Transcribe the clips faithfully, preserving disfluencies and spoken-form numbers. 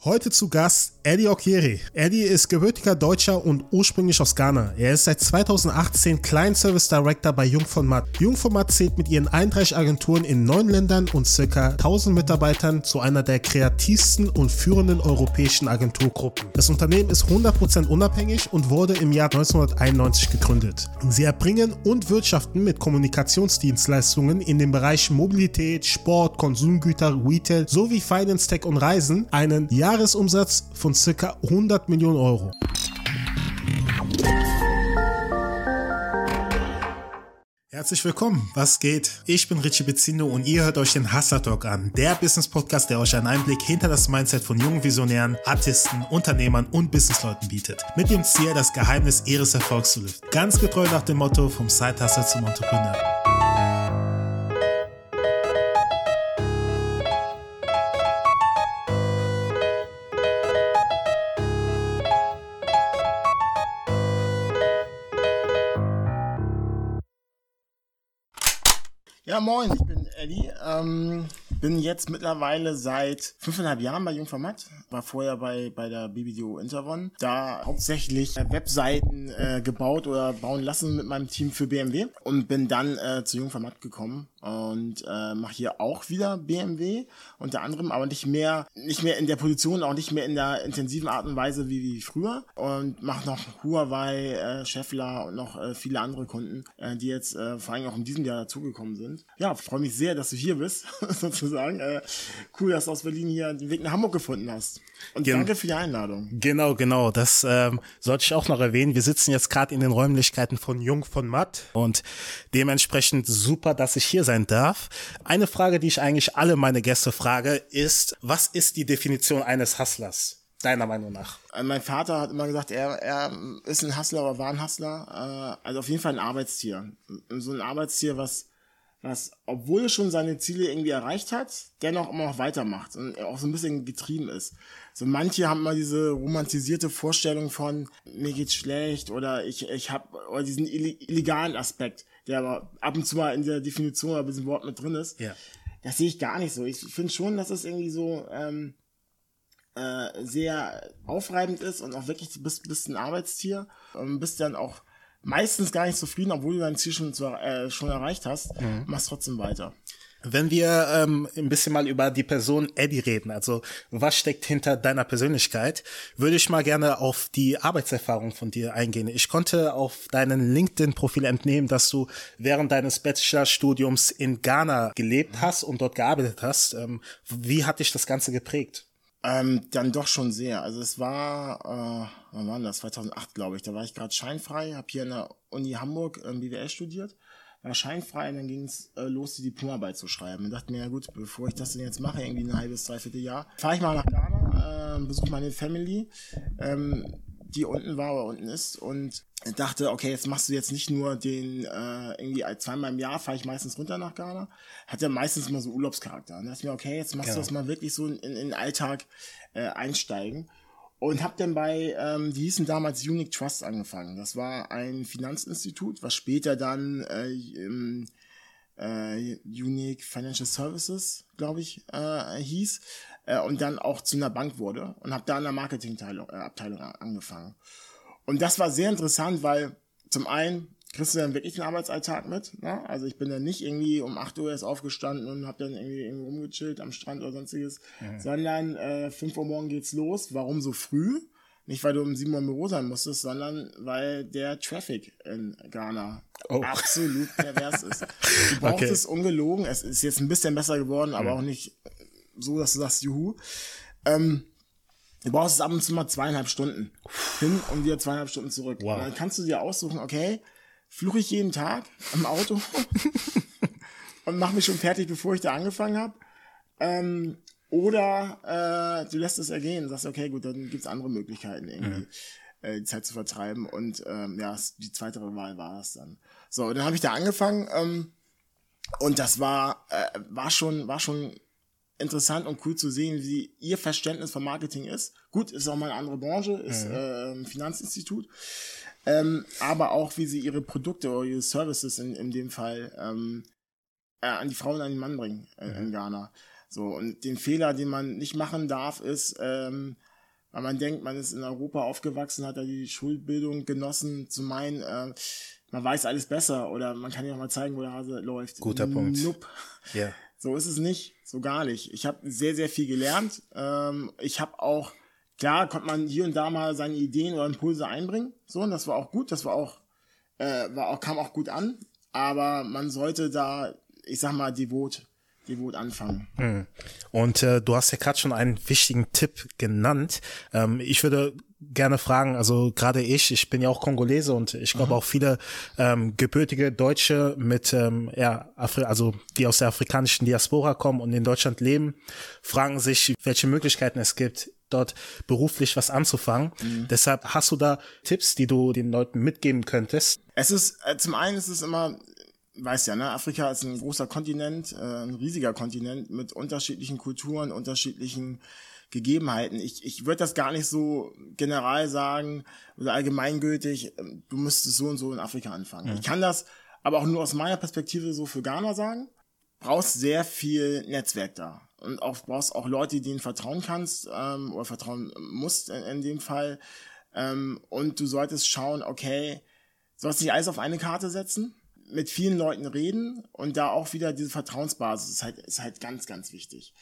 Heute zu Gast Eddie Okyere. Eddie ist gebürtiger Deutscher und ursprünglich aus Ghana. Er ist seit zweitausendachtzehn Client Service Director bei Jung von Matt. Jung von Matt zählt mit ihren einunddreißig Agenturen in neun Ländern und ca. tausend Mitarbeitern zu einer der kreativsten und führenden europäischen Agenturgruppen. Das Unternehmen ist hundert Prozent unabhängig und wurde im Jahr neunzehnhunderteinundneunzig gegründet. Sie erbringen und wirtschaften mit Kommunikationsdienstleistungen in den Bereichen Mobilität, Sport, Konsumgüter, Retail sowie Finance, Tech und Reisen einen Jahresumsatz von ca. hundert Millionen Euro. Herzlich willkommen, was geht? Ich bin Richie Bezzindo und ihr hört euch den Hustler Talk an, der Business-Podcast, der euch einen Einblick hinter das Mindset von jungen Visionären, Artisten, Unternehmern und Businessleuten bietet. Mit dem Ziel, das Geheimnis ihres Erfolgs zu lüften. Ganz getreu nach dem Motto, vom Side-Hustler zum Entrepreneur. Ja, moin, ich bin Eddie, ähm, bin jetzt mittlerweile seit fünfeinhalb Jahren bei Jung von Matt, war vorher bei bei der B B D O Intervon, da hauptsächlich Webseiten äh, gebaut oder bauen lassen mit meinem Team für B M W und bin dann äh, zu Jung von Matt gekommen und äh, mache hier auch wieder B M W, unter anderem, aber nicht mehr nicht mehr in der Position, auch nicht mehr in der intensiven Art und Weise wie, wie früher und mache noch Huawei, äh, Schaeffler und noch äh, viele andere Kunden, äh, die jetzt äh, vor allem auch in diesem Jahr dazugekommen sind. Ja, freue mich sehr, dass du hier bist, sozusagen. Äh, cool, dass du aus Berlin hier den Weg nach Hamburg gefunden hast. Und Gen- danke für die Einladung. Genau, genau. Das ähm, sollte ich auch noch erwähnen. Wir sitzen jetzt gerade in den Räumlichkeiten von Jung von Matt und dementsprechend super, dass ich hier sein darf. Eine Frage, die ich eigentlich alle meine Gäste frage, ist, was ist die Definition eines Hustlers? Deiner Meinung nach? Mein Vater hat immer gesagt, er, er ist ein Hustler oder war ein Hustler. Äh, also auf jeden Fall ein Arbeitstier. So ein Arbeitstier, was was, obwohl er schon seine Ziele irgendwie erreicht hat, dennoch immer noch weitermacht und auch so ein bisschen getrieben ist. So manche haben mal diese romantisierte Vorstellung von, mir geht's schlecht oder ich ich hab, oder diesen illegalen Aspekt, der aber ab und zu mal in der Definition oder bei diesem Wort mit drin ist. Ja. Das sehe ich gar nicht so. Ich finde schon, dass es irgendwie so ähm, äh, sehr aufreibend ist und auch wirklich, du bist, bist ein Arbeitstier und bist dann auch meistens gar nicht zufrieden, obwohl du dein Ziel schon, zu, äh, schon erreicht hast, mhm. machst trotzdem weiter. Wenn wir ähm, ein bisschen mal über die Person Eddie reden, also was steckt hinter deiner Persönlichkeit, würde ich mal gerne auf die Arbeitserfahrung von dir eingehen. Ich konnte auf deinem LinkedIn-Profil entnehmen, dass du während deines Bachelorstudiums in Ghana gelebt hast und dort gearbeitet hast. Ähm, wie hat dich das Ganze geprägt? Ähm, dann doch schon sehr. Also es war, äh, wann war das? zweitausendacht, glaube ich. Da war ich gerade scheinfrei, habe hier an der Uni Hamburg ähm, B W L studiert, war scheinfrei und dann ging es äh, los, die Diplomarbeit zu schreiben. Und dachte mir, ja gut, bevor ich das denn jetzt mache, irgendwie ein halbes, dreiviertel Jahr, fahre ich mal nach Ghana, äh, besuche meine Family, ähm, die unten war oder unten ist und dachte, okay, jetzt machst du jetzt nicht nur den, äh, irgendwie zweimal im Jahr fahre ich meistens runter nach Ghana, hat ja meistens immer so Urlaubscharakter. Und da dachte ich mir, okay, jetzt machst genau. du das mal wirklich so in, in den Alltag äh, einsteigen. Und hab dann bei, ähm, die hießen damals Unique Trust angefangen. Das war ein Finanzinstitut, was später dann äh, im, äh, Unique Financial Services, glaube ich, äh, hieß. Und dann auch zu einer Bank wurde und habe da in der Marketingabteilung äh, angefangen. Und das war sehr interessant, weil zum einen kriegst du dann wirklich den Arbeitsalltag mit, ne? Also ich bin dann nicht irgendwie um acht Uhr erst aufgestanden und habe dann irgendwie, irgendwie rumgechillt am Strand oder sonstiges, mhm. sondern äh, fünf Uhr morgen geht's los. Warum so früh? Nicht, weil du um sieben Uhr im Büro sein musstest, sondern weil der Traffic in Ghana oh. absolut pervers ist. Du brauchst okay. es ungelogen, es ist jetzt ein bisschen besser geworden, aber mhm. auch nicht so, dass du sagst, juhu. Ähm, du brauchst es ab und zu mal zweieinhalb Stunden hin und wieder zweieinhalb Stunden zurück. Wow. Und dann kannst du dir aussuchen, okay, fluche ich jeden Tag im Auto und mache mich schon fertig, bevor ich da angefangen habe. Ähm, oder äh, du lässt es ergehen und sagst, okay, gut, dann gibt's andere Möglichkeiten, irgendwie mhm. äh, die Zeit zu vertreiben. Und ähm, ja, die zweite Wahl war es dann. So, und dann habe ich da angefangen ähm, und das war, äh, war schon, war schon interessant und cool zu sehen, wie ihr Verständnis von Marketing ist. Gut, ist auch mal eine andere Branche, ist mhm. äh, ein Finanzinstitut, ähm, aber auch, wie sie ihre Produkte oder ihre Services in, in dem Fall ähm, äh, an die Frau und an den Mann bringen äh, mhm. in Ghana. So, und den Fehler, den man nicht machen darf, ist, ähm, weil man denkt, man ist in Europa aufgewachsen, hat da die Schulbildung genossen, zu meinen, äh, man weiß alles besser oder man kann ja auch mal zeigen, wo der Hase läuft. Guter Punkt. Nope. Ja. So ist es nicht, so gar nicht. Ich habe sehr, sehr viel gelernt. Ähm, ich habe auch, klar, konnte man hier und da mal seine Ideen oder Impulse einbringen. So, und das war auch gut, das war auch, äh, war auch, kam auch gut an. Aber man sollte da, ich sag mal, devot devot anfangen. Und äh, du hast ja gerade schon einen wichtigen Tipp genannt. Ähm, ich würde gerne fragen, also gerade ich, ich bin ja auch Kongolese und ich glaube auch viele ähm, gebürtige Deutsche mit, ähm, ja, Afri- also die aus der afrikanischen Diaspora kommen und in Deutschland leben, fragen sich, welche Möglichkeiten es gibt, dort beruflich was anzufangen. Mhm. Deshalb hast du da Tipps, die du den Leuten mitgeben könntest? Es ist, äh, zum einen ist es immer, weißt ja, ne, Afrika ist ein großer Kontinent, äh, ein riesiger Kontinent mit unterschiedlichen Kulturen, unterschiedlichen Gegebenheiten. Ich, ich würde das gar nicht so general sagen oder allgemeingültig, du müsstest so und so in Afrika anfangen. Mhm. Ich kann das aber auch nur aus meiner Perspektive so für Ghana sagen. Brauchst sehr viel Netzwerk da. Und auch brauchst auch Leute, denen vertrauen kannst ähm, oder vertrauen musst in, in dem Fall. Ähm, und du solltest schauen, okay, sollst nicht alles auf eine Karte setzen, mit vielen Leuten reden und da auch wieder diese Vertrauensbasis ist halt, ist halt ganz, ganz wichtig.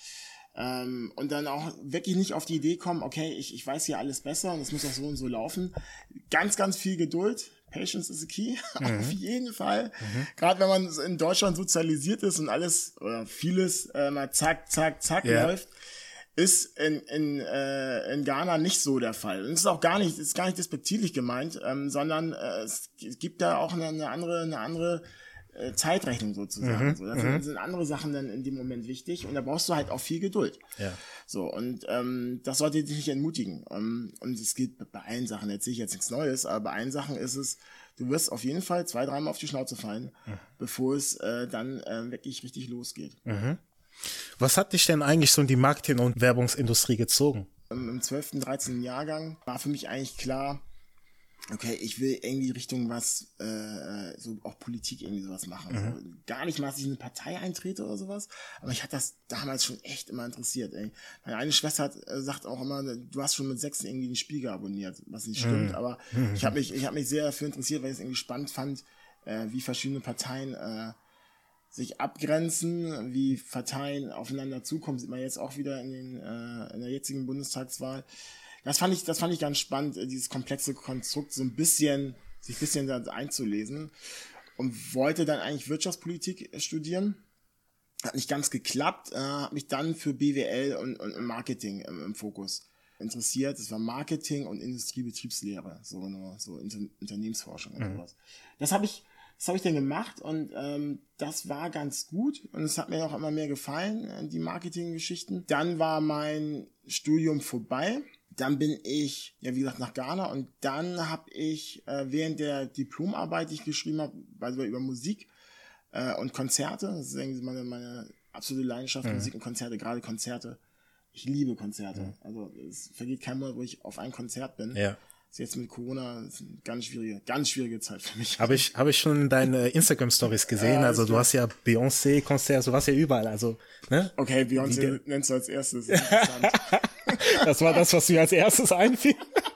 Ähm, und dann auch wirklich nicht auf die Idee kommen, okay, ich, ich weiß hier alles besser und es muss auch so und so laufen. Ganz, ganz viel Geduld. Patience is the key. Mhm. Auf jeden Fall. Mhm. Gerade wenn man in Deutschland sozialisiert ist und alles oder vieles äh, mal zack, zack, zack yeah. läuft, ist in, in, äh, in Ghana nicht so der Fall. Und es ist auch gar nicht, ist gar nicht despektierlich gemeint, ähm, sondern äh, es gibt da auch eine, eine andere, eine andere äh, Zeitrechnung sozusagen. Mhm. So, da sind, sind andere Sachen dann in dem Moment wichtig und da brauchst du halt auch viel Geduld. Ja. So, und ähm, das sollte dich nicht entmutigen. Ähm, und es geht bei allen Sachen, erzähle ich jetzt nichts Neues, aber bei allen Sachen ist es, du wirst auf jeden Fall zwei, dreimal auf die Schnauze fallen, mhm. bevor es äh, dann äh, wirklich richtig losgeht. Mhm. Was hat dich denn eigentlich so in die Marketing- und Werbungsindustrie gezogen? Im zwölften, dreizehnten Jahrgang war für mich eigentlich klar, okay, ich will irgendwie Richtung was, äh, so auch Politik irgendwie sowas machen. Mhm. Also gar nicht mal, dass ich in eine Partei eintrete oder sowas, aber ich hatte das damals schon echt immer interessiert. Ey. Meine eine Schwester hat, äh, sagt auch immer, du hast schon mit sechs irgendwie den Spiegel abonniert, was nicht stimmt, mhm. aber mhm. ich habe mich, ich habe mich sehr dafür interessiert, weil ich es irgendwie spannend fand, äh, wie verschiedene Parteien äh, sich abgrenzen, wie Parteien aufeinander zukommen, sieht man jetzt auch wieder in den äh, in der jetzigen Bundestagswahl. Das fand ich, das fand ich ganz spannend, dieses komplexe Konstrukt so ein bisschen, sich ein bisschen da einzulesen und wollte dann eigentlich Wirtschaftspolitik studieren. Hat nicht ganz geklappt, äh, habe mich dann für B W L und, und Marketing im, im Fokus interessiert. Das war Marketing und Industriebetriebslehre, so genau, so Inter- Unternehmensforschung und mhm. sowas. Das habe ich Das habe ich dann gemacht und ähm, das war ganz gut und es hat mir auch immer mehr gefallen, die Marketinggeschichten. Dann war mein Studium vorbei. Dann bin ich, ja wie gesagt, nach Ghana und dann habe ich äh, während der Diplomarbeit, die ich geschrieben habe, also über Musik äh, und Konzerte, das ist irgendwie meine, meine absolute Leidenschaft, mhm. Musik und Konzerte, gerade Konzerte. Ich liebe Konzerte. Mhm. Also es vergeht kein Monat, wo ich auf ein Konzert bin. Ja. Das ist jetzt mit Corona ist eine ganz schwierige, ganz schwierige Zeit für mich. Habe ich, habe ich schon deine Instagram-Stories gesehen. Ja, also du hast ja Beyoncé-Konzert, du warst ja überall. Also, ne? Okay, Beyoncé nennst du als erstes. Interessant. Das war das, was mir als erstes einfiel.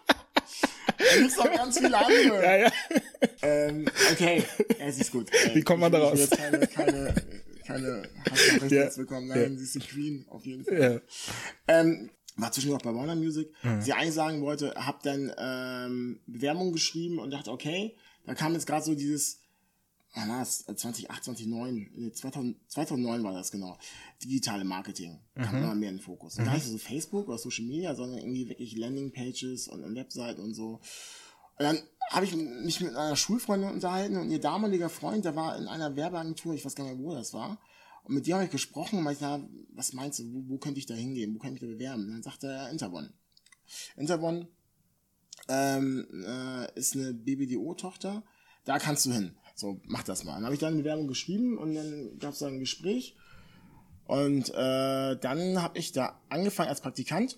Da gibt's noch ganz viele andere. Ja, ja. Ähm, okay, ja, es ist gut. Wie kommt man da raus? Ich will jetzt keine, keine, keine Hassnachrichten ja. bekommen. Nein, ja. Sie ist die Queen, auf jeden Fall. Ja. Ähm, war zwischendurch auch bei Warner Music, mhm. sie eigentlich sagen wollte, hab dann ähm, Bewerbung geschrieben und dachte, okay, da kam jetzt gerade so dieses, wann war das, zweitausendacht, zweitausendneun, zweitausend, zweitausendneun war das genau, digitale Marketing, kam mhm. immer mehr in den Fokus. Mhm. Gar nicht so Facebook oder Social Media, sondern irgendwie wirklich Landingpages und, und Webseiten und so. Und dann habe ich mich mit einer Schulfreundin unterhalten und ihr damaliger Freund, der war in einer Werbeagentur, ich weiß gar nicht mehr, wo das war. Und mit dir habe ich gesprochen und meinte, na, was meinst du, wo, wo könnte ich da hingehen, wo kann ich mich da bewerben? Und dann sagte er, Intervon. Intervon ähm, äh, ist eine B B D O-Tochter, da kannst du hin. So, mach das mal. Dann habe ich dann eine Bewerbung geschrieben und dann gab es da ein Gespräch. Und äh, dann habe ich da angefangen als Praktikant,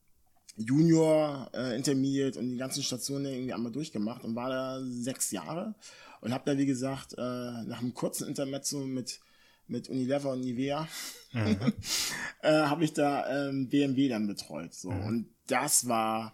Junior, äh, Intermediate und die ganzen Stationen irgendwie einmal durchgemacht und war da sechs Jahre und habe da, wie gesagt, äh, nach einem kurzen Intermezzo mit mit Unilever und Nivea, mhm. äh, habe ich da ähm, B M W dann betreut. So. Mhm. Und das war,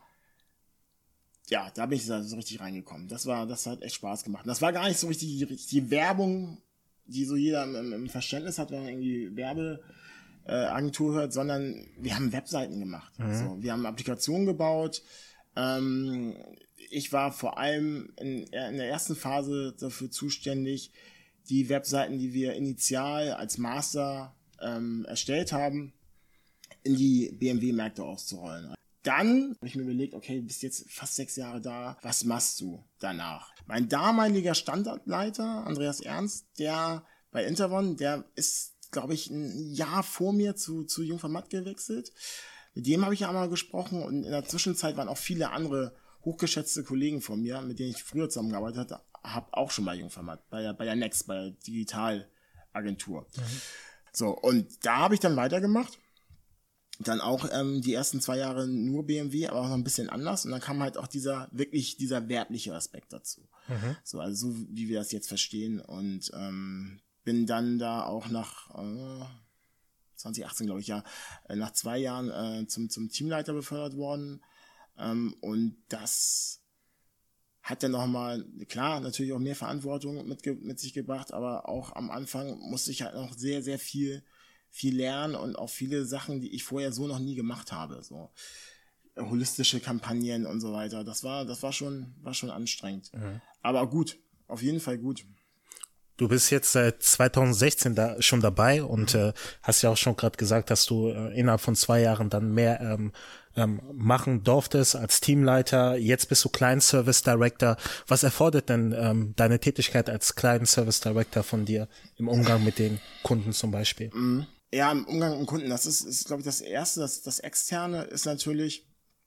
ja, da bin ich so richtig reingekommen. Das war, das hat echt Spaß gemacht. Und das war gar nicht so richtig die, die Werbung, die so jeder im, im Verständnis hat, wenn man irgendwie Werbeagentur hört, sondern wir haben Webseiten gemacht. Mhm. So, wir haben Applikationen gebaut. Ähm, ich war vor allem in, in der ersten Phase dafür zuständig, die Webseiten, die wir initial als Master ähm, erstellt haben, in die B M W-Märkte auszurollen. Dann habe ich mir überlegt, okay, du bist jetzt fast sechs Jahre da, was machst du danach? Mein damaliger Standortleiter, Andreas Ernst, der bei Intervon, der ist, glaube ich, ein Jahr vor mir zu, zu Jung von Matt gewechselt. Mit dem habe ich ja einmal gesprochen und in der Zwischenzeit waren auch viele andere hochgeschätzte Kollegen von mir, mit denen ich früher zusammengearbeitet habe, habe auch schon bei Jung von Matt, bei der, bei der Next, bei der Digitalagentur. Mhm. So, und da habe ich dann weitergemacht. Dann auch ähm, die ersten zwei Jahre nur B M W, aber auch noch ein bisschen anders. Und dann kam halt auch dieser, wirklich dieser werbliche Aspekt dazu. Mhm. So, also so wie wir das jetzt verstehen. Und ähm, bin dann da auch nach äh, zwanzig achtzehn, glaube ich, ja, äh, nach zwei Jahren äh, zum, zum Teamleiter befördert worden. Ähm, und das hat dann nochmal, klar, natürlich auch mehr Verantwortung mit, mit sich gebracht, aber auch am Anfang musste ich halt noch sehr, sehr viel viel lernen und auch viele Sachen, die ich vorher so noch nie gemacht habe, so holistische Kampagnen und so weiter. Das war, das war schon, war schon anstrengend. Mhm. Aber gut, auf jeden Fall gut. Du bist jetzt seit zwanzig sechzehn da schon dabei und äh, hast ja auch schon gerade gesagt, dass du äh, innerhalb von zwei Jahren dann mehr ähm, ähm, machen durftest als Teamleiter. Jetzt bist du Client Service Director. Was erfordert denn ähm, deine Tätigkeit als Client Service Director von dir im Umgang mit den Kunden zum Beispiel? Mhm. Ja, im Umgang mit dem Kunden, das ist, ist glaube ich, das Erste. Das, das Externe ist natürlich,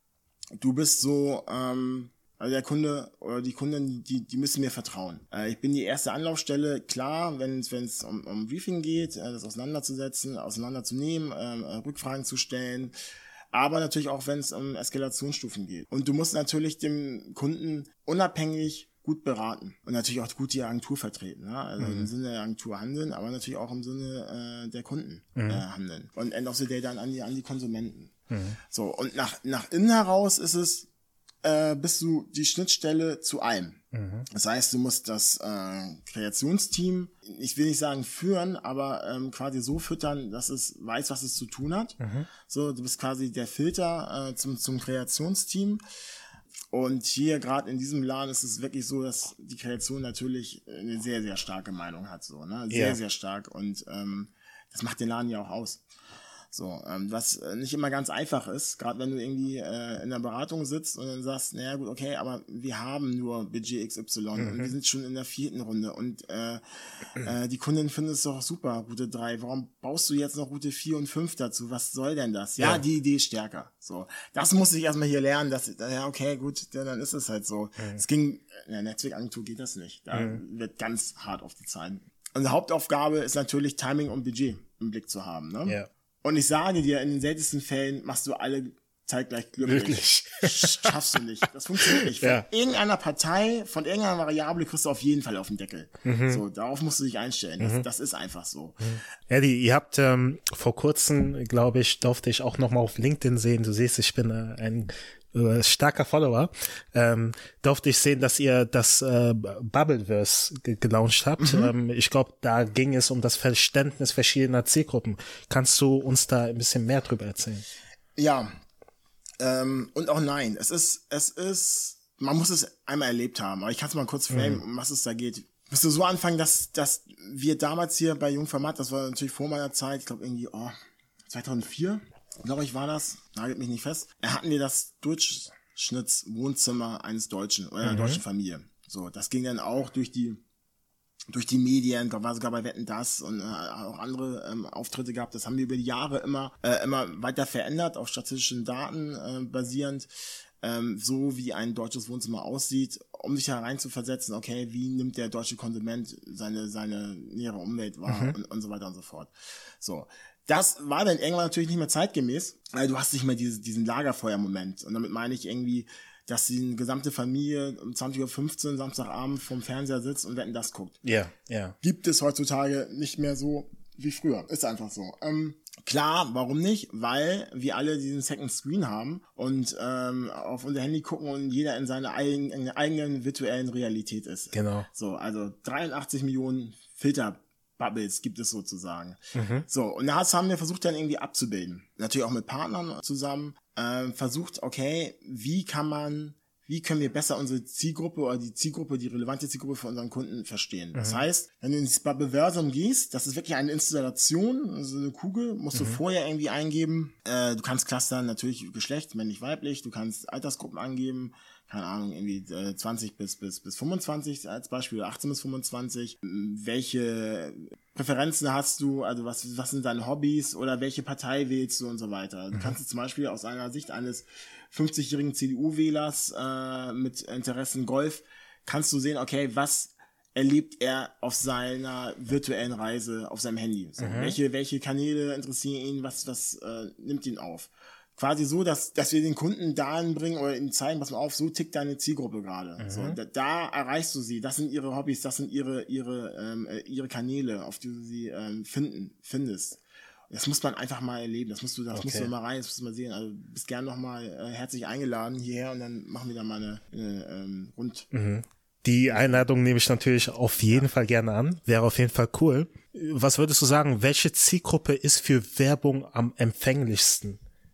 du bist so, ähm, also der Kunde oder die Kunden, die die müssen mir vertrauen. Äh, ich bin die erste Anlaufstelle, klar, wenn es um, um Briefing geht, äh, das auseinanderzusetzen, auseinanderzunehmen, äh, Rückfragen zu stellen, aber natürlich auch, wenn es um Eskalationsstufen geht. Und du musst natürlich dem Kunden unabhängig gut beraten und natürlich auch gut die Agentur vertreten, ne? Also mhm. im Sinne der Agentur handeln, aber natürlich auch im Sinne äh, der Kunden mhm. äh, handeln und end of the day dann an die an die Konsumenten. Mhm. So, und nach nach innen heraus ist es äh, bist du die Schnittstelle zu allem. Mhm. Das heißt, du musst das äh, Kreationsteam, ich will nicht sagen führen, aber ähm, quasi so füttern, dass es weiß, was es zu tun hat. Mhm. So, du bist quasi der Filter äh, zum zum Kreationsteam. Und hier gerade in diesem Laden ist es wirklich so, dass die Kreation natürlich eine sehr, sehr starke Meinung hat, so, ne? Sehr, yeah. sehr stark. Und ähm, das macht den Laden ja auch aus. So, ähm, was nicht immer ganz einfach ist, gerade wenn du irgendwie äh, in der Beratung sitzt und dann sagst, naja gut, okay, aber wir haben nur Budget X Y mhm. und wir sind schon in der vierten Runde und äh, äh, die Kundin findet es doch super, Route drei, warum baust du jetzt noch Route vier und fünf dazu, was soll denn das? Ja, ja. Die Idee ist stärker. So, das musste ich erstmal hier lernen, dass, ja okay, gut, ja, dann ist es halt so. Es mhm. ging, in der Netzwerkagentur geht das nicht, da mhm. wird ganz hart auf die Zahlen. Unsere Hauptaufgabe ist natürlich Timing und Budget im Blick zu haben, ne? Ja. Und ich sage dir, in den seltensten Fällen machst du alle zeitgleich glücklich. Wirklich? Schaffst du nicht. Das funktioniert nicht. Von ja. irgendeiner Partei, von irgendeiner Variable kriegst du auf jeden Fall auf den Deckel. Mhm. So, darauf musst du dich einstellen. Das, mhm. das ist einfach so. Mhm. Eddie, ihr habt ähm, vor kurzem, glaube ich, durfte ich auch nochmal auf LinkedIn sehen. Du siehst, ich bin äh, ein äh, starker Follower. Ähm, durfte ich sehen, dass ihr das äh, Bubbleverse ge- gelauncht habt. Mhm. Ähm, ich glaube, da ging es um das Verständnis verschiedener Zielgruppen. Kannst du uns da ein bisschen mehr drüber erzählen? Ja, ähm, und auch nein. Es ist, es ist, man muss es einmal erlebt haben. Aber ich kann es mal kurz framen, mhm. um was es da geht. Musst du so anfangen, dass, dass wir damals hier bei Jung von Matt, das war natürlich vor meiner Zeit, ich glaube irgendwie, oh, zweitausendvier, glaube ich, war das, nagelt mich nicht fest, hatten wir das Durchschnittswohnzimmer eines Deutschen oder einer mhm. deutschen Familie. So, das ging dann auch durch die durch die Medien, war sogar bei Wetten, das und äh, auch andere ähm, Auftritte gehabt. Das haben wir über die Jahre immer äh, immer weiter verändert, auf statistischen Daten äh, basierend, ähm, so wie ein deutsches Wohnzimmer aussieht, um sich da rein zu versetzen, okay, wie nimmt der deutsche Konsument seine seine nähere Umwelt wahr mhm. und, und so weiter und so fort. So. Das war dann irgendwann natürlich nicht mehr zeitgemäß, weil du hast nicht mehr diese, diesen Lagerfeuer-Moment. Und damit meine ich irgendwie, dass die gesamte Familie um zwanzig Uhr fünfzehn Samstagabend vorm Fernseher sitzt und Wetten, das guckt. Ja, yeah, ja. Yeah. Gibt es heutzutage nicht mehr so wie früher. Ist einfach so. Ähm, klar, warum nicht? Weil wir alle diesen Second Screen haben und ähm, auf unser Handy gucken und jeder in seiner eigen, in der eigenen virtuellen Realität ist. Genau. So, also dreiundachtzig Millionen Filterbubbles gibt es sozusagen. Mhm. So, und das haben wir versucht dann irgendwie abzubilden. Natürlich auch mit Partnern zusammen. Ähm, versucht, okay, wie kann man Wie können wir besser unsere Zielgruppe oder die Zielgruppe, die relevante Zielgruppe für unseren Kunden verstehen? Das mhm. heißt, wenn du ins Bubble-Versum gehst, das ist wirklich eine Installation, also eine Kugel, musst mhm. du vorher irgendwie eingeben. Äh, du kannst clustern, natürlich Geschlecht, männlich, weiblich, du kannst Altersgruppen angeben, keine Ahnung, irgendwie äh, zwanzig bis bis bis fünfundzwanzig als Beispiel, oder achtzehn bis fünfundzwanzig. Welche Präferenzen hast du, also was was sind deine Hobbys oder welche Partei wählst du und so weiter. Du mhm. kannst zum Beispiel aus einer Sicht eines fünfzigjährigen C D U-Wählers äh, mit Interessen Golf, kannst du sehen, okay, was erlebt er auf seiner virtuellen Reise auf seinem Handy. So, mhm. welche welche Kanäle interessieren ihn, was was äh, nimmt ihn auf. Quasi so, dass dass wir den Kunden dahin bringen oder ihm zeigen, pass mal auf, so tickt deine Zielgruppe gerade. Mhm. So, da, da erreichst du sie. Das sind ihre Hobbys, das sind ihre ihre ähm, ihre Kanäle, auf die du sie ähm, finden findest. Das muss man einfach mal erleben. Das musst du, das okay. musst du mal rein, das musst du mal sehen. Also bist gern noch mal äh, herzlich eingeladen hierher und dann machen wir da mal eine, eine ähm, Rund. Mhm. Die Einladung nehme ich natürlich auf jeden ja. Fall gerne an. Wäre auf jeden Fall cool. Was würdest du sagen? Welche Zielgruppe ist für Werbung am empfänglichsten?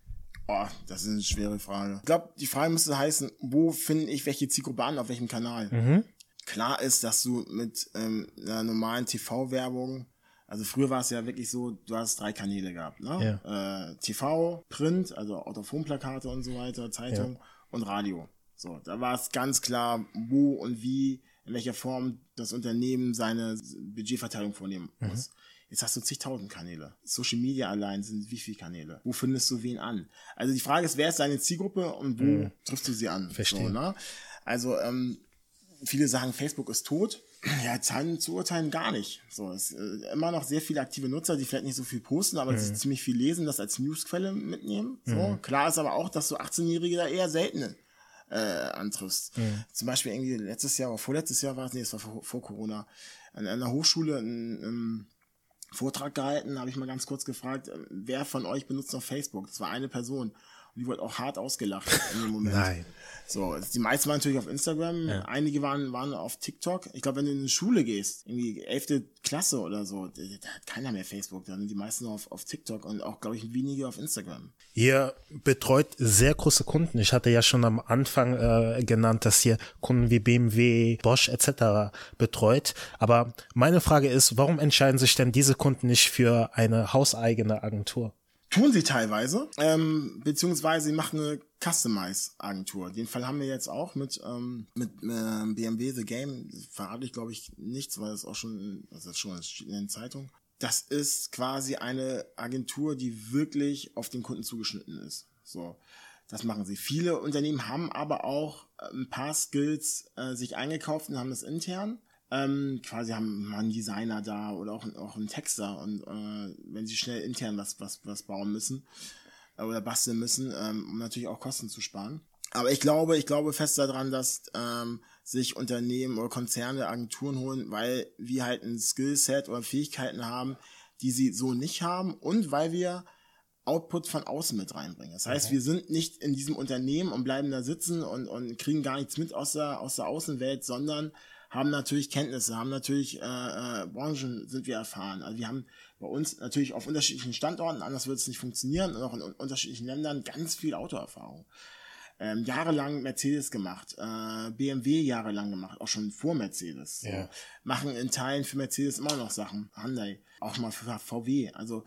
Oh, das ist eine schwere Frage. Ich glaube, die Frage müsste heißen, wo finde ich welche Zielgruppe an, auf welchem Kanal? Mhm. Klar ist, dass du mit ähm, einer normalen T V-Werbung, also früher war es ja wirklich so, du hast drei Kanäle gehabt, ne? Ja. Äh, T V, Print, also Out-of-Home-Plakate und so weiter, Zeitung ja. und Radio. So, da war es ganz klar, wo und wie, in welcher Form das Unternehmen seine Budgetverteilung vornehmen muss. Mhm. Jetzt hast du zigtausend Kanäle. Social Media allein sind wie viele Kanäle? Wo findest du wen an? Also die Frage ist, wer ist deine Zielgruppe und wo mhm. triffst du sie an? Verstehe. So, ne? Also ähm, viele sagen, Facebook ist tot. Ja, Zahlen zu urteilen gar nicht. So, es äh, immer noch sehr viele aktive Nutzer, die vielleicht nicht so viel posten, aber mhm. ziemlich viel lesen, das als Newsquelle mitnehmen. So, mhm. klar ist aber auch, dass du achtzehnjährige da eher selten äh, antriffst. Mhm. Zum Beispiel irgendwie letztes Jahr oder vorletztes Jahr war es, nee, es war vor, vor Corona, an einer Hochschule ein, ein Vortrag gehalten, habe ich mal ganz kurz gefragt, wer von euch benutzt noch Facebook? Das war eine Person. Und die wurde auch hart ausgelacht in dem Moment. Nein. So, die meisten waren natürlich auf Instagram, ja. einige waren waren auf TikTok. Ich glaube, wenn du in eine Schule gehst, irgendwie elfte Klasse oder so, da, da hat keiner mehr Facebook, da sind die meisten auf auf TikTok und auch, glaube ich, wenige auf Instagram. Ihr betreut sehr große Kunden. Ich hatte ja schon am Anfang äh, genannt, dass ihr Kunden wie B M W, Bosch et cetera betreut. Aber meine Frage ist, warum entscheiden sich denn diese Kunden nicht für eine hauseigene Agentur? Tun sie teilweise, ähm, beziehungsweise sie machen eine Customize-Agentur. Den Fall haben wir jetzt auch mit ähm, mit äh, B M W The Game. Das verrate ich, glaube ich, nichts, weil das auch schon, das ist schon in der Zeitung. Das ist quasi eine Agentur, die wirklich auf den Kunden zugeschnitten ist. So, das machen sie. Viele Unternehmen haben aber auch ein paar Skills äh, sich eingekauft und haben das intern. Ähm, quasi haben mal einen Designer da oder auch, auch einen Texter und äh, wenn sie schnell intern was was was bauen müssen äh, oder basteln müssen, ähm, um natürlich auch Kosten zu sparen. Aber ich glaube, ich glaube fest daran, dass ähm, sich Unternehmen oder Konzerne Agenturen holen, weil wir halt ein Skillset oder Fähigkeiten haben, die sie so nicht haben und weil wir Output von außen mit reinbringen. Das heißt, okay. wir sind nicht in diesem Unternehmen und bleiben da sitzen und und kriegen gar nichts mit aus der aus der Außenwelt, sondern haben natürlich Kenntnisse, haben natürlich äh, äh, Branchen sind wir erfahren. Also wir haben bei uns natürlich auf unterschiedlichen Standorten, anders wird es nicht funktionieren, und auch in unterschiedlichen Ländern ganz viel Autoerfahrung. Ähm, jahrelang Mercedes gemacht, äh, B M W jahrelang gemacht, auch schon vor Mercedes. So. Ja. Machen in Teilen für Mercedes immer noch Sachen, Hyundai, auch mal für V W. Also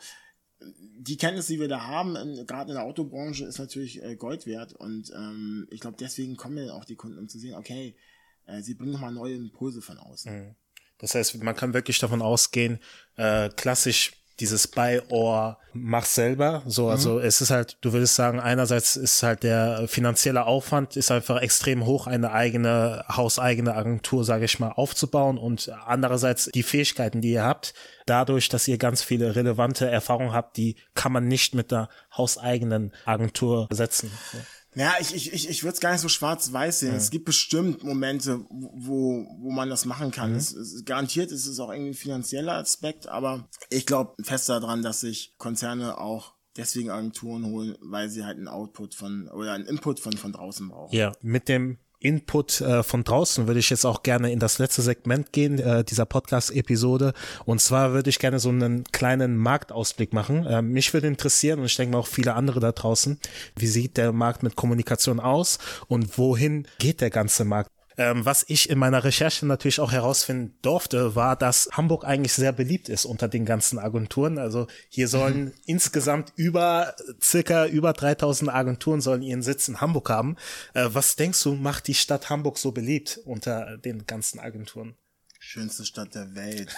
die Kenntnisse, die wir da haben, gerade in der Autobranche, ist natürlich äh, Gold wert. Und ähm, ich glaube, deswegen kommen ja auch die Kunden, um zu sehen, okay, sie bringen nochmal neue Impulse von außen. Das heißt, man kann wirklich davon ausgehen, äh, klassisch dieses Buy or mach selber. So, mhm. also es ist halt, du würdest sagen, einerseits ist halt der finanzielle Aufwand ist einfach extrem hoch, eine eigene, hauseigene Agentur, sage ich mal, aufzubauen und andererseits die Fähigkeiten, die ihr habt, dadurch, dass ihr ganz viele relevante Erfahrungen habt, die kann man nicht mit einer hauseigenen Agentur setzen. Ja, ich, ich, ich, ich würde es gar nicht so schwarz-weiß sehen. Mhm. Es gibt bestimmt Momente, wo, wo man das machen kann. Mhm. Es, es, garantiert ist es auch irgendwie ein finanzieller Aspekt, aber ich glaube fest daran, dass sich Konzerne auch deswegen Agenturen holen, weil sie halt einen Output von oder einen Input von, von draußen brauchen. Ja, mit dem Input äh, von draußen würde ich jetzt auch gerne in das letzte Segment gehen, äh, dieser Podcast-Episode. Und zwar würde ich gerne so einen kleinen Marktausblick machen. Äh, mich würde interessieren, und ich denke mal auch viele andere da draußen, wie sieht der Markt mit Kommunikation aus und wohin geht der ganze Markt? Ähm, was ich in meiner Recherche natürlich auch herausfinden durfte, war, dass Hamburg eigentlich sehr beliebt ist unter den ganzen Agenturen. Also hier sollen mhm. insgesamt über, circa über dreitausend Agenturen sollen ihren Sitz in Hamburg haben. Äh, was denkst du, macht die Stadt Hamburg so beliebt unter den ganzen Agenturen? Schönste Stadt der Welt.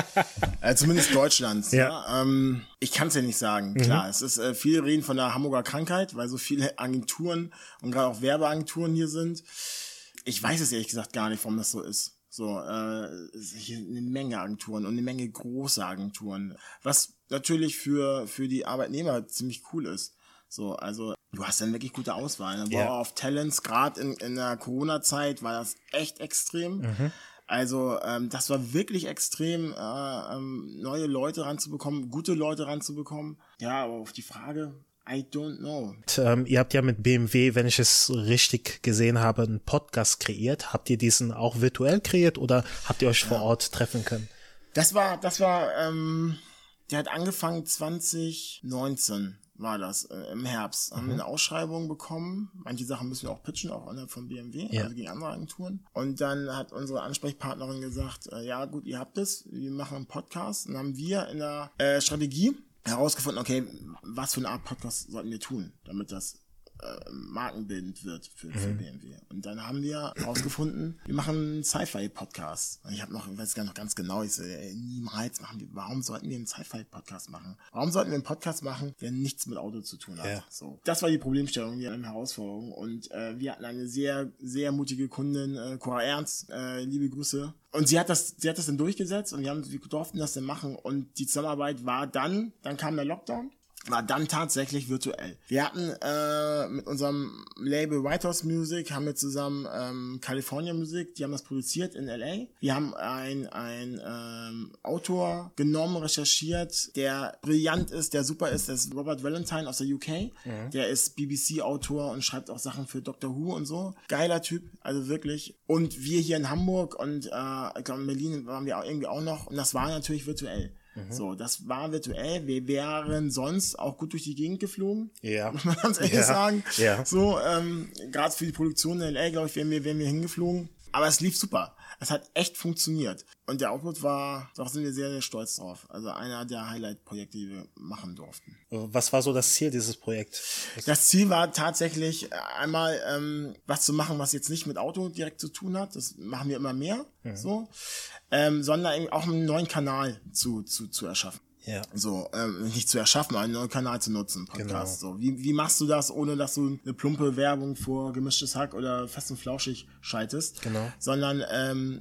äh, zumindest Deutschlands. Ja. Ja? Ähm, ich kann es ja nicht sagen. Mhm. Klar, es ist, äh, viele reden von der Hamburger Krankheit, weil so viele Agenturen und gerade auch Werbeagenturen hier sind. Ich weiß es ehrlich gesagt gar nicht, warum das so ist. So, äh, hier eine Menge Agenturen und eine Menge große Agenturen, was natürlich für für die Arbeitnehmer ziemlich cool ist. So, also du hast dann wirklich gute Auswahl. Ne? Ja. War auf Talents, gerade in in der Corona-Zeit war das echt extrem. Mhm. Also ähm, das war wirklich extrem, äh, ähm, neue Leute ranzubekommen, gute Leute ranzubekommen. Ja, aber auf die Frage, I don't know. Und, ähm, ihr habt ja mit B M W, wenn ich es richtig gesehen habe, einen Podcast kreiert. Habt ihr diesen auch virtuell kreiert oder habt ihr euch ja. vor Ort treffen können? Das war, das war, ähm, der hat angefangen zwanzig neunzehn war das, äh, im Herbst. Mhm. Haben wir eine Ausschreibung bekommen. Manche Sachen müssen wir auch pitchen, auch innerhalb von B M W, ja. also gegen andere Agenturen. Und dann hat unsere Ansprechpartnerin gesagt, äh, ja gut, ihr habt es, wir machen einen Podcast. Und dann haben wir in der äh, Strategie herausgefunden, okay, was für eine Art Podcast sollten wir tun, damit das äh, markenbildend wird für, für mhm. B M W. Und dann haben wir herausgefunden, wir machen einen Sci-Fi-Podcast. Und ich habe noch, ich weiß gar nicht noch ganz genau, ich so, ey, niemals machen wir, warum sollten wir einen Sci-Fi-Podcast machen? Warum sollten wir einen Podcast machen, der nichts mit Auto zu tun hat? Ja. So, das war die Problemstellung, die Herausforderung. Und äh, wir hatten eine sehr, sehr mutige Kundin, äh, Cora Ernst, äh, liebe Grüße. Und sie hat das, sie hat das dann durchgesetzt und wir haben, wir durften das dann machen. Und die Zusammenarbeit war dann, dann kam der Lockdown. War dann tatsächlich virtuell. Wir hatten äh, mit unserem Label White House Music, haben wir zusammen ähm, California Music, die haben das produziert in L A. Wir haben ein ein ähm, Autor genommen, recherchiert, der brillant ist, der super ist, das ist Robert Valentine aus der U K. Mhm. Der ist B B C-Autor und schreibt auch Sachen für Doctor Who und so. Geiler Typ, also wirklich. Und wir hier in Hamburg und äh, ich glaube in Berlin waren wir auch irgendwie auch noch und das war natürlich virtuell. Mhm. So, das war virtuell. Wir wären sonst auch gut durch die Gegend geflogen. Ja. Muss man ganz ehrlich ja. sagen. Ja. So, ähm, gerade für die Produktion in L A, glaube ich, wären wir, wären wir hingeflogen. Aber es lief super. Es hat echt funktioniert. Und der Output war, da sind wir sehr, sehr stolz drauf. Also einer der Highlight-Projekte, die wir machen durften. Was war so das Ziel dieses Projekts? Das Ziel war tatsächlich einmal ähm, was zu machen, was jetzt nicht mit Auto direkt zu tun hat. Das machen wir immer mehr. Mhm. So. Ähm, sondern auch einen neuen Kanal zu, zu, zu erschaffen. Ja. So, ähm, nicht zu erschaffen, einen neuen Kanal zu nutzen, Podcast. Genau. So, wie, wie machst du das, ohne dass du eine plumpe Werbung vor Gemischtes Hack oder Fest und Flauschig schaltest? Genau. Sondern ähm,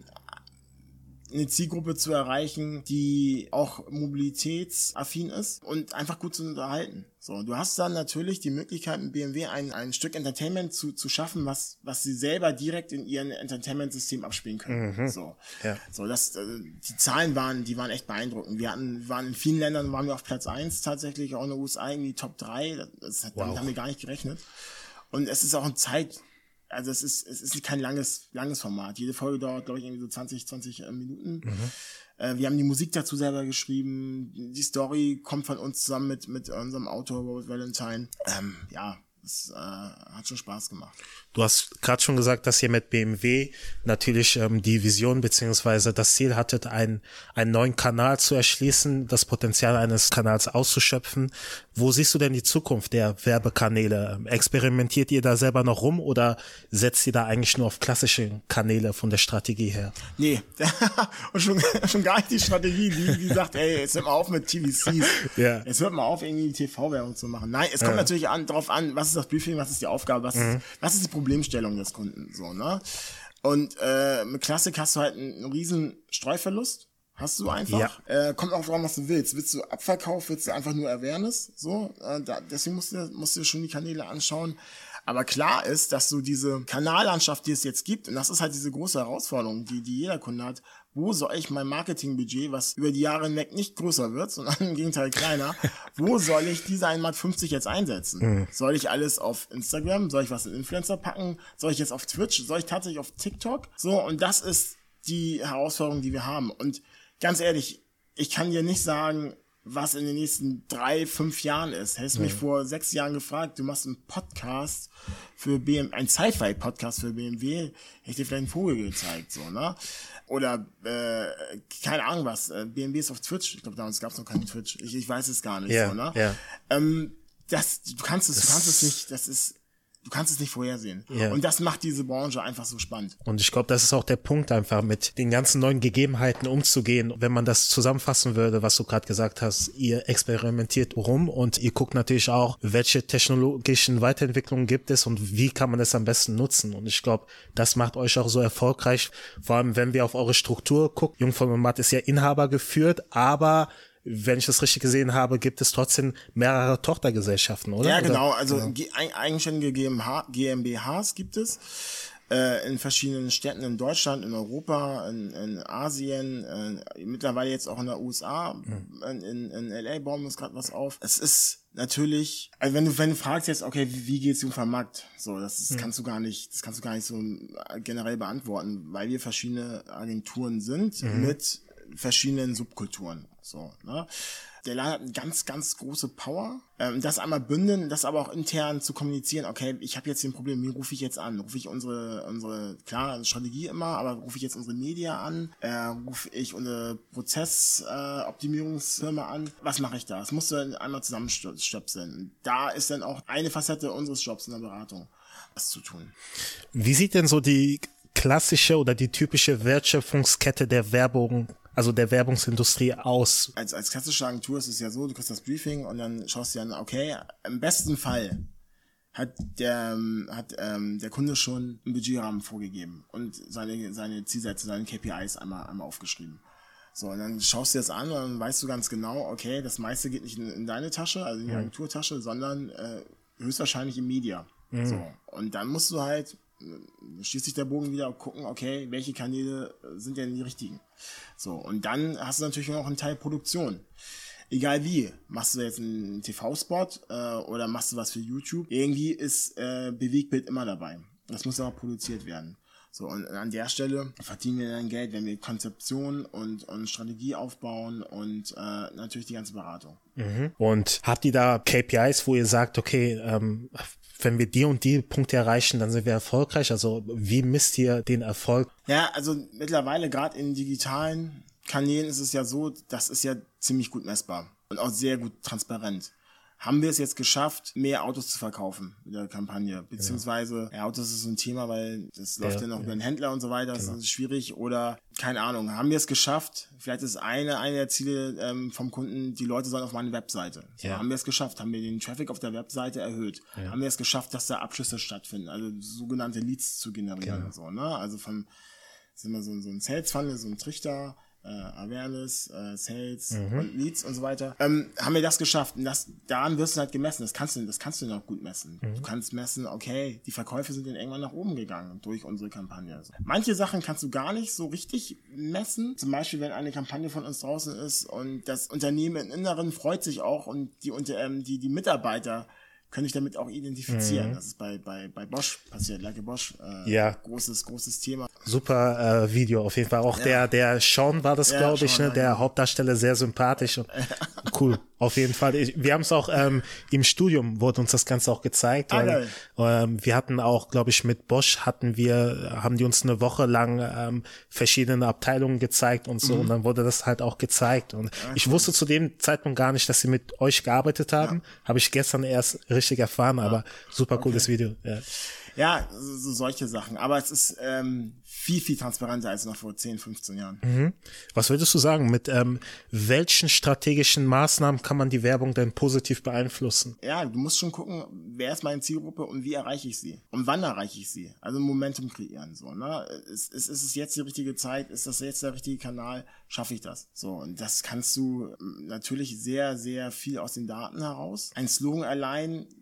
eine Zielgruppe zu erreichen, die auch mobilitätsaffin ist und einfach gut zu unterhalten. So, du hast dann natürlich die Möglichkeit, mit B M W ein, ein Stück Entertainment zu, zu schaffen, was, was sie selber direkt in ihren Entertainment-System abspielen können. Mhm. So, ja. so, das, äh, die Zahlen waren, die waren echt beeindruckend. Wir hatten, waren in vielen Ländern waren wir auf Platz eins tatsächlich, auch in den U S A irgendwie Top drei. Das, wow. Damit haben wir gar nicht gerechnet. Und es ist auch eine Zeit, also es ist, es ist kein langes, langes Format. Jede Folge dauert, glaube ich, irgendwie so zwanzig, zwanzig Minuten. Mhm. Äh, wir haben die Musik dazu selber geschrieben. Die Story kommt von uns zusammen mit, mit unserem Autor Robert Valentine. Ähm, ja, es äh, hat schon Spaß gemacht. Du hast gerade schon gesagt, dass ihr mit B M W natürlich ähm, die Vision beziehungsweise das Ziel hattet, einen, einen neuen Kanal zu erschließen, das Potenzial eines Kanals auszuschöpfen. Wo siehst du denn die Zukunft der Werbekanäle? Experimentiert ihr da selber noch rum oder setzt ihr da eigentlich nur auf klassische Kanäle von der Strategie her? Nee, und schon, schon gar nicht die Strategie, die, die sagt, ey, jetzt hört mal auf mit T V Cs. Ja. Jetzt hört mal auf, irgendwie T V-Werbung zu machen. Nein, es kommt ja. natürlich an, drauf an, was ist das Briefing, was ist die Aufgabe, was, mhm. ist, was ist die Problemstellung des Kunden, so, ne? Und äh, mit Klassik hast du halt einen, einen riesen Streuverlust. Hast du einfach. Ja. Äh, kommt auch drauf, was du willst. Willst du Abverkauf, willst du einfach nur Awareness? So, äh, da, deswegen musst du, musst du schon die Kanäle anschauen. Aber klar ist, dass du diese Kanallandschaft, die es jetzt gibt, und das ist halt diese große Herausforderung, die, die jeder Kunde hat, wo soll ich mein Marketingbudget, was über die Jahre hinweg nicht größer wird, sondern im Gegenteil kleiner, wo soll ich diese einhundertfünfzig jetzt einsetzen? Mhm. Soll ich alles auf Instagram? Soll ich was in Influencer packen? Soll ich jetzt auf Twitch? Soll ich tatsächlich auf TikTok? So, und das ist die Herausforderung, die wir haben. Und ganz ehrlich, ich kann dir nicht sagen, was in den nächsten drei, fünf Jahren ist. Hättest du mich vor sechs Jahren gefragt, du machst einen Podcast für B M W, ein Sci-Fi-Podcast für B M W, hätte ich dir vielleicht einen Vogel gezeigt, so, ne? Oder, äh, keine Ahnung was, B M W ist auf Twitch, ich glaube, damals gab es noch keinen Twitch, ich, ich weiß es gar nicht, yeah, so, ne? Yeah. Ähm, das, du kannst es, das du kannst es nicht, das ist, Du kannst es nicht vorhersehen. Ja. Und das macht diese Branche einfach so spannend. Und ich glaube, das ist auch der Punkt, einfach mit den ganzen neuen Gegebenheiten umzugehen. Wenn man das zusammenfassen würde, was du gerade gesagt hast, ihr experimentiert rum und ihr guckt natürlich auch, welche technologischen Weiterentwicklungen gibt es und wie kann man das am besten nutzen. Und ich glaube, das macht euch auch so erfolgreich. Vor allem, wenn wir auf eure Struktur gucken. Jungfrau und Matt ist ja Inhaber geführt, aber wenn ich das richtig gesehen habe, gibt es trotzdem mehrere Tochtergesellschaften, oder? Ja, genau. Also ja. eigenständige G m b Hs gibt es äh, in verschiedenen Städten in Deutschland, in Europa, in, in Asien, äh, mittlerweile jetzt auch in der U S A. Mhm. In, in, in L A bauen wir uns gerade was auf. Es ist natürlich, also wenn du wenn du fragst jetzt, okay, wie, wie geht's Jungfrau Matt? So, das, das mhm. kannst du gar nicht, das kannst du gar nicht so generell beantworten, weil wir verschiedene Agenturen sind mhm. mit verschiedenen Subkulturen. So, ne? Der Laden hat eine ganz, ganz große Power. Ähm, das einmal bündeln, das aber auch intern zu kommunizieren. Okay, ich habe jetzt hier ein Problem, wie rufe ich jetzt an? Rufe ich unsere, unsere, klar, Strategie immer, aber rufe ich jetzt unsere Media an? Äh, rufe ich unsere Prozessoptimierungsfirma äh, an? Was mache ich da? Das musst du einmal zusammenstöpseln. Da ist dann auch eine Facette unseres Jobs in der Beratung, das zu tun. Wie sieht denn so die klassische oder die typische Wertschöpfungskette der Werbung, also der Werbungsindustrie aus? Als, als klassische Agentur ist es ja so, du kriegst das Briefing und dann schaust du dir an, okay, im besten Fall hat der, hat, ähm, der Kunde schon einen Budgetrahmen vorgegeben und seine, seine Zielsätze, seine K P Is einmal, einmal aufgeschrieben. So, und dann schaust du dir das an und dann weißt du ganz genau, okay, das meiste geht nicht in, in deine Tasche, also in die mhm. Agenturtasche, sondern äh, höchstwahrscheinlich im Media. Mhm. So, und dann musst du halt, schließt sich der Bogen wieder und gucken, okay, welche Kanäle sind denn die richtigen? So, und dann hast du natürlich noch einen Teil Produktion. Egal wie, machst du jetzt einen T V-Spot äh, oder machst du was für YouTube, irgendwie ist äh, Bewegtbild immer dabei. Das muss aber produziert werden. So, und an der Stelle verdienen wir dann Geld, wenn wir Konzeption und, und Strategie aufbauen und äh, natürlich die ganze Beratung. Mhm. Und habt ihr da K P Is, wo ihr sagt, okay, ähm, wenn wir die und die Punkte erreichen, dann sind wir erfolgreich? Also wie misst ihr den Erfolg? Ja, also mittlerweile gerade in digitalen Kanälen ist es ja so, das ist ja ziemlich gut messbar und auch sehr gut transparent. Haben wir es jetzt geschafft, mehr Autos zu verkaufen mit der Kampagne? Beziehungsweise, ja, ja Autos ist so ein Thema, weil das läuft ja, ja noch ja. über den Händler und so weiter, das genau. ist schwierig. Oder, keine Ahnung, haben wir es geschafft? Vielleicht ist eine, eine der Ziele ähm, vom Kunden, die Leute sollen auf meine Webseite. So, ja. Haben wir es geschafft? Haben wir den Traffic auf der Webseite erhöht? Ja. Haben wir es geschafft, dass da Abschlüsse stattfinden? Also sogenannte Leads zu generieren. Genau. So, ne? Also von, das ist immer so, so ein Sales-Funnel, so ein Trichter, Äh, Awareness, äh, Sales mhm. und Leads und so weiter, ähm, haben wir das geschafft. Und das, daran wirst du halt gemessen. Das kannst du, das kannst du noch gut messen. Mhm. Du kannst messen, okay, die Verkäufe sind dann irgendwann nach oben gegangen durch unsere Kampagne. Also manche Sachen kannst du gar nicht so richtig messen. Zum Beispiel, wenn eine Kampagne von uns draußen ist und das Unternehmen im Inneren freut sich auch und die, unter, ähm, die, die Mitarbeiter können sich damit auch identifizieren. Mhm. Das ist bei, bei, bei Bosch passiert, Like Bosch, äh, ja. großes, großes Thema. Super äh, Video auf jeden Fall. Auch ja. der, der Sean war das, ja, glaube ich, ne? Der ja. Hauptdarsteller, sehr sympathisch und cool. Auf jeden Fall. Ich, wir haben es auch ähm, im Studium wurde uns das Ganze auch gezeigt. Ah, weil, ähm, wir hatten auch, glaube ich, mit Bosch hatten wir, haben die uns eine Woche lang ähm, verschiedene Abteilungen gezeigt und so. Mhm. Und dann wurde das halt auch gezeigt. Und ja, ich cool. wusste zu dem Zeitpunkt gar nicht, dass sie mit euch gearbeitet haben. Ja. Habe ich gestern erst richtig erfahren, ja. aber super cooles okay. Video. Ja. Ja, so solche Sachen. Aber es ist ähm, viel, viel transparenter als noch vor zehn, fünfzehn Jahren. Mhm. Was würdest du sagen, mit ähm, welchen strategischen Maßnahmen kann man die Werbung denn positiv beeinflussen? Ja, du musst schon gucken, wer ist meine Zielgruppe und wie erreiche ich sie? Und wann erreiche ich sie? Also Momentum kreieren. So, ne? Ist, ist, ist es jetzt die richtige Zeit? Ist das jetzt der richtige Kanal? Schaffe ich das? So, und das kannst du natürlich sehr, sehr viel aus den Daten heraus. Ein Slogan allein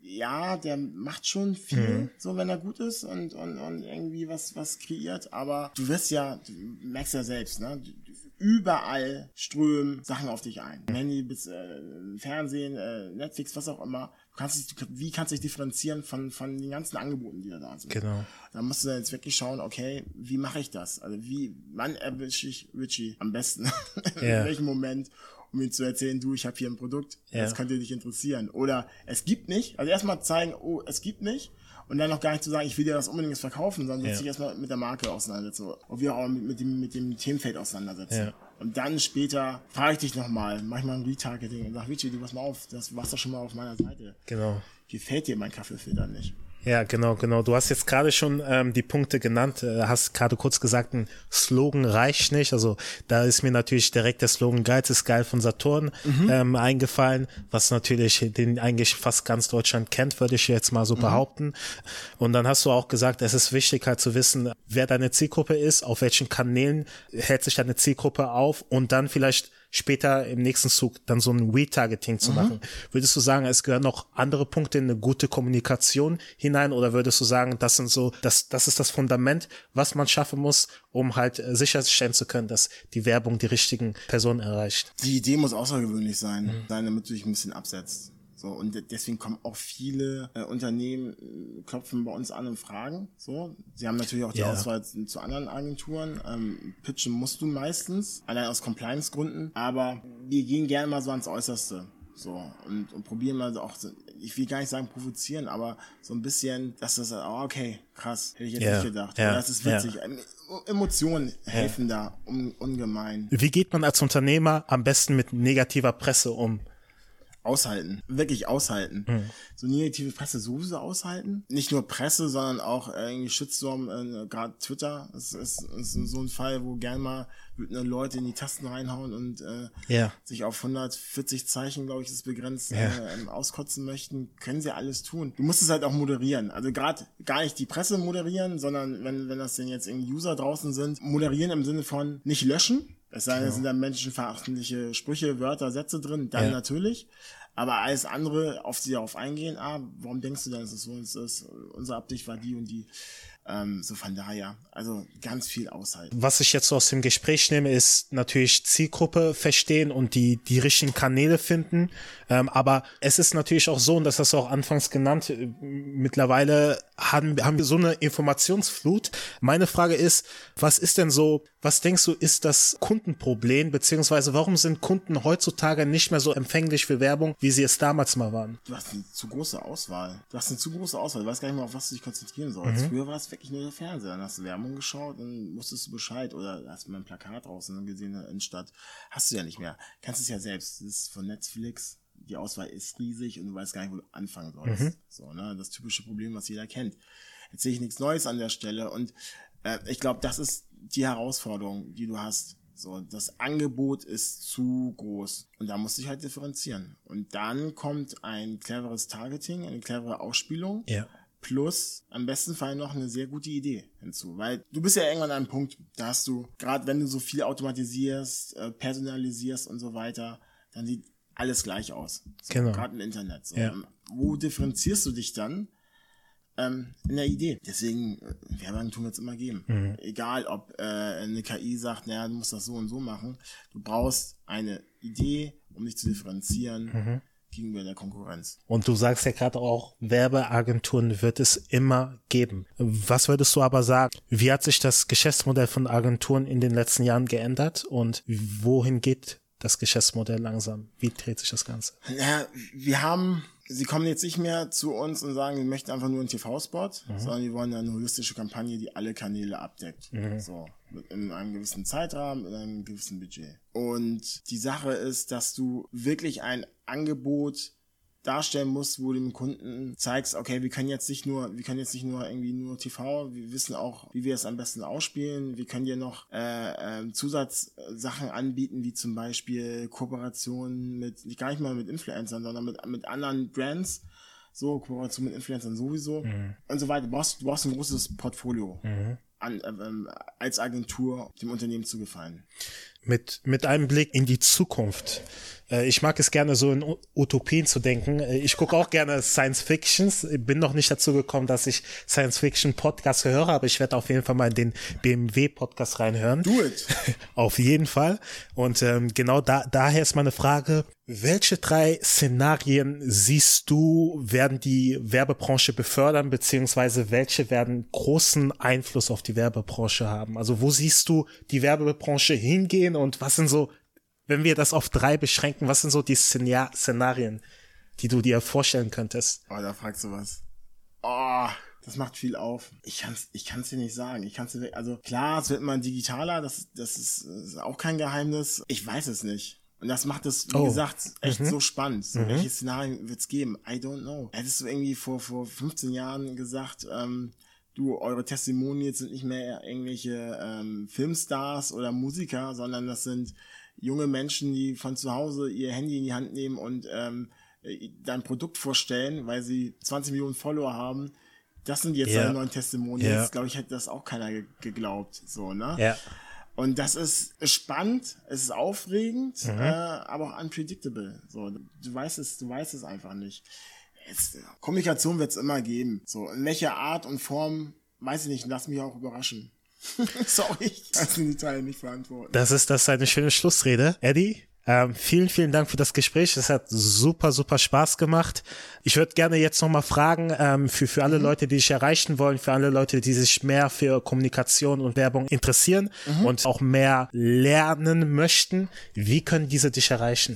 ja, der macht schon viel, mhm. so wenn er gut ist und, und, und irgendwie was, was kreiert, aber du wirst ja, du merkst ja selbst, ne? Du, überall strömen Sachen auf dich ein. Handy, bis, äh, Fernsehen, äh, Netflix, was auch immer. Du kannst dich, du, wie kannst du dich differenzieren von, von den ganzen Angeboten, die da sind? Genau. Da musst du dann jetzt wirklich schauen, okay, wie mache ich das? Also wie, wann erwische ich Richie am besten? In yeah. welchem Moment? Um ihm zu erzählen, du, ich habe hier ein Produkt, yeah. das könnte dich interessieren. Oder es gibt nicht. Also erstmal zeigen, oh, es gibt nicht. Und dann noch gar nicht zu sagen, ich will dir das unbedingt verkaufen, sondern ja. sich erstmal mit der Marke auseinandersetzen. Und wir auch mit, mit, dem, mit dem Themenfeld auseinandersetzen. Ja. Und dann später frage ich dich nochmal, mach mal ein Retargeting und sag, Vici, du pass mal auf, das warst doch schon mal auf meiner Seite. Genau. Gefällt dir mein Kaffeefilter nicht? Ja, genau, genau. Du hast jetzt gerade schon ähm, die Punkte genannt, äh, hast gerade kurz gesagt, ein Slogan reicht nicht. Also da ist mir natürlich direkt der Slogan Geiz ist geil von Saturn mhm. ähm, eingefallen, was natürlich den eigentlich fast ganz Deutschland kennt, würde ich jetzt mal so mhm. behaupten. Und dann hast du auch gesagt, es ist wichtig halt zu wissen, wer deine Zielgruppe ist, auf welchen Kanälen hält sich deine Zielgruppe auf und dann vielleicht später im nächsten Zug dann so ein Retargeting zu mhm. machen. Würdest du sagen, es gehören noch andere Punkte in eine gute Kommunikation hinein oder würdest du sagen, das sind so, das, das ist das Fundament, was man schaffen muss, um halt äh, sicherstellen zu können, dass die Werbung die richtigen Personen erreicht? Die Idee muss außergewöhnlich sein, mhm. sein, damit du dich ein bisschen absetzt. So, und deswegen kommen auch viele äh, Unternehmen, äh, klopfen bei uns an und fragen. So, sie haben natürlich auch die ja. Auswahl zu, zu anderen Agenturen. Ähm, pitchen musst du meistens, allein aus Compliance-Gründen. Aber wir gehen gerne mal so ans Äußerste. So, und, und probieren mal auch, so, ich will gar nicht sagen provozieren, aber so ein bisschen, dass das, oh, okay, krass, hätte ich jetzt yeah. nicht gedacht. Ja. Das ist witzig. Ja. Emotionen helfen ja. da un, ungemein. Wie geht man als Unternehmer am besten mit negativer Presse um? Aushalten, wirklich aushalten. Mhm. So negative Presse sowieso aushalten. Nicht nur Presse, sondern auch irgendwie Shitstorm, äh, gerade Twitter. Das ist, ist so ein Fall, wo gern mal wütende Leute in die Tasten reinhauen und äh, yeah. sich auf hundertvierzig Zeichen, glaube ich, ist begrenzt, yeah. äh, auskotzen möchten. Können sie alles tun. Du musst es halt auch moderieren. Also gerade gar nicht die Presse moderieren, sondern wenn, wenn das denn jetzt irgendwie User draußen sind, moderieren im Sinne von nicht löschen. Es sei denn, es sind da menschenverachtliche Sprüche, Wörter, Sätze drin, dann ja. natürlich. Aber alles andere, auf die darauf eingehen, ah, warum denkst du denn, dass es so ist, ist, unsere Absicht war die und die. Ähm, so von daher, also ganz viel aushalten. Was ich jetzt so aus dem Gespräch nehme, ist natürlich Zielgruppe verstehen und die die richtigen Kanäle finden. Ähm, aber es ist natürlich auch so, und das hast du auch anfangs genannt, äh, mittlerweile haben, haben wir so eine Informationsflut. Meine Frage ist, was ist denn so, was denkst du, ist das Kundenproblem, beziehungsweise warum sind Kunden heutzutage nicht mehr so empfänglich für Werbung, wie sie es damals mal waren? Du hast eine zu große Auswahl. Du hast eine zu große Auswahl. Du weißt gar nicht mehr, auf was du dich konzentrieren sollst. Mhm. Früher war es wirklich nur der Fernseher. Dann hast du Werbung geschaut und wusstest du Bescheid. Oder hast mal ein Plakat draußen gesehen in der Innenstadt. Hast du ja nicht mehr. Kannst es ja selbst. Das ist von Netflix. Die Auswahl ist riesig und du weißt gar nicht, wo du anfangen sollst. Mhm. So, ne? Das typische Problem, was jeder kennt. Jetzt sehe ich nichts Neues an der Stelle. Und äh, ich glaube, das ist die Herausforderung, die du hast. So, das Angebot ist zu groß. Und da musst du dich halt differenzieren. Und dann kommt ein cleveres Targeting, eine clevere Ausspielung. Ja. Plus am besten Fall noch eine sehr gute Idee hinzu. Weil du bist ja irgendwann an einem Punkt, da hast du, gerade wenn du so viel automatisierst, äh, personalisierst und so weiter, dann sieht alles gleich aus. So, genau. Gerade im Internet. So. Ja. Wo differenzierst du dich dann? Ähm, in der Idee. Deswegen, äh, Werbeagenturen wird es immer geben. Mhm. Egal, ob äh, eine K I sagt, naja, du musst das so und so machen. Du brauchst eine Idee, um dich zu differenzieren. Mhm. gegenüber der Konkurrenz. Und du sagst ja gerade auch, Werbeagenturen wird es immer geben. Was würdest du aber sagen, wie hat sich das Geschäftsmodell von Agenturen in den letzten Jahren geändert und wohin geht das Geschäftsmodell langsam? Wie dreht sich das Ganze? Ja, wir haben, sie kommen jetzt nicht mehr zu uns und sagen, wir möchten einfach nur einen T V-Spot, mhm. sondern wir wollen eine holistische Kampagne, die alle Kanäle abdeckt. Mhm. So, in einem gewissen Zeitrahmen, in einem gewissen Budget. Und die Sache ist, dass du wirklich ein Angebot darstellen musst, wo du dem Kunden zeigst, okay, wir können jetzt nicht nur, wir können jetzt nicht nur irgendwie nur T V, wir wissen auch, wie wir es am besten ausspielen, wir können dir noch äh, äh, Zusatzsachen anbieten, wie zum Beispiel Kooperationen mit, nicht gar nicht mal mit Influencern, sondern mit, mit anderen Brands, so, Kooperation mit Influencern sowieso mhm. und so weiter. Du brauchst, du brauchst ein großes Portfolio. Mhm. an, ähm, als Agentur dem Unternehmen zu gefallen. Mit, mit einem Blick in die Zukunft. Äh, ich mag es gerne so in Utopien zu denken. Äh, ich gucke auch gerne Science-Fictions. Bin noch nicht dazu gekommen, dass ich Science-Fiction-Podcasts höre, aber ich werde auf jeden Fall mal in den B M W-Podcast reinhören. Do it! Auf jeden Fall. Und ähm, genau da, daher ist meine Frage, welche drei Szenarien siehst du, werden die Werbebranche befördern, beziehungsweise welche werden großen Einfluss auf die Werbebranche haben? Also wo siehst du die Werbebranche hingehen und was sind so, wenn wir das auf drei beschränken, was sind so die Szenar- Szenarien, die du dir vorstellen könntest? Oh, da fragst du was. Oh, das macht viel auf. Ich kann's, ich kann's dir nicht sagen. Ich kann's dir, also klar, es wird immer digitaler, das, das ist, das ist auch kein Geheimnis. Ich weiß es nicht. Und das macht es, wie oh. gesagt, echt mhm. so spannend. So, mhm. welche Szenarien wird's geben? I don't know. Hättest du irgendwie vor, vor fünfzehn Jahren gesagt, ähm, du, eure Testimonials sind nicht mehr irgendwelche ähm, Filmstars oder Musiker, sondern das sind junge Menschen, die von zu Hause ihr Handy in die Hand nehmen und ähm, dein Produkt vorstellen, weil sie zwanzig Millionen Follower haben. Das sind jetzt yeah. deine neuen Testimonials. Yeah. Glaube ich, hätte das auch keiner ge- geglaubt. So, ne? Ja. Yeah. Und das ist spannend, es ist aufregend, mhm. äh, aber auch unpredictable. So, du weißt es, du weißt es einfach nicht. Es, Kommunikation wird es immer geben. So, in welcher Art und Form, weiß ich nicht, lass mich auch überraschen. Sorry, ich kann die Details nicht beantworten. Das ist, das ist eine schöne Schlussrede. Eddie, ähm, vielen, vielen Dank für das Gespräch. Es hat super, super Spaß gemacht. Ich würde gerne jetzt nochmal fragen, ähm, für, für alle mhm. Leute, die dich erreichen wollen, für alle Leute, die sich mehr für Kommunikation und Werbung interessieren mhm. und auch mehr lernen möchten. Wie können diese dich erreichen?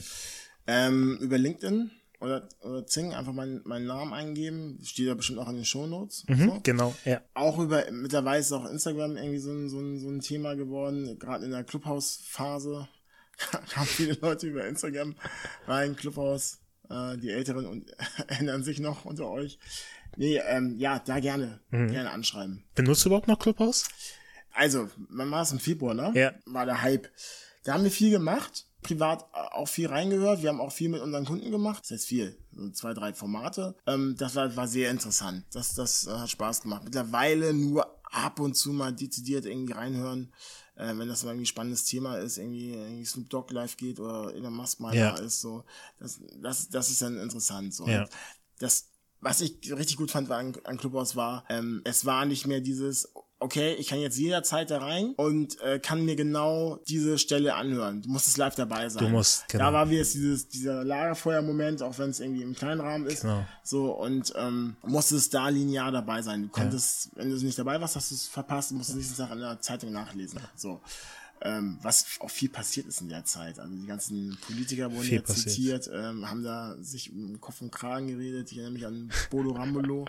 Ähm, über LinkedIn. Oder, oder Zing, einfach meinen meinen Namen eingeben, steht ja bestimmt auch in den Shownotes. Mhm, so. Genau, ja. Auch über, mittlerweile ist auch Instagram irgendwie so ein, so ein, so ein Thema geworden, gerade in der Clubhouse-Phase kamen viele Leute über Instagram rein, Clubhouse, äh, die Älteren und ändern sich noch unter euch. Nee, ähm, ja, da gerne, mhm. gerne anschreiben. Benutzt du überhaupt noch Clubhouse? Also, wann war es im Februar, ne? Ja. War der Hype. Da haben wir viel gemacht. Privat auch viel reingehört. Wir haben auch viel mit unseren Kunden gemacht. Das heißt viel. So zwei, drei Formate. Ähm, das war, war sehr interessant. Das, das äh, hat Spaß gemacht. Mittlerweile nur ab und zu mal dezidiert irgendwie reinhören. Äh, wenn das mal irgendwie ein spannendes Thema ist, irgendwie, irgendwie Snoop Dogg live geht oder Elon Musk mal ja. da ist. So. Das, das, das ist dann interessant. So. Ja. Das, was ich richtig gut fand war an, an Clubhouse war, ähm, es war nicht mehr dieses, okay, ich kann jetzt jederzeit da rein und äh, kann mir genau diese Stelle anhören. Du musst es live dabei sein. Du musst, genau. Da war wie jetzt dieses, dieser Lagerfeuer-Moment, auch wenn es irgendwie im kleinen Rahmen ist. Genau. So, und ähm, musstest da linear dabei sein. Du konntest, ja. wenn du nicht dabei warst, hast du es verpasst und musst es nächsten Tag in der Zeitung nachlesen. So. Ähm, was auch viel passiert ist in der Zeit. Also die ganzen Politiker wurden ja zitiert, ähm, haben da sich um Kopf und Kragen geredet. Ich erinnere mich an Bodo Ramelow,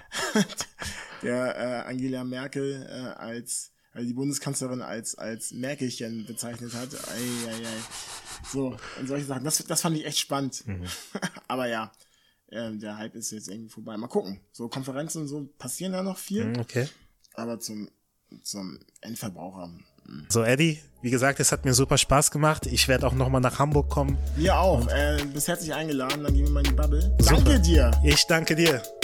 der äh, Angela Merkel äh, als, also die Bundeskanzlerin als als Merkelchen bezeichnet hat. Ei, ei, ei. So, und solche Sachen. Das, das fand ich echt spannend. Mhm. Aber ja, äh, der Hype ist jetzt irgendwie vorbei. Mal gucken. So Konferenzen und so passieren da noch viel. Okay. Aber zum, zum Endverbraucher. So, Eddie, wie gesagt, es hat mir super Spaß gemacht. Ich werde auch nochmal nach Hamburg kommen. Mir auch. Äh, bist herzlich eingeladen. Dann gehen wir mal in die Bubble. Super. Danke dir. Ich danke dir.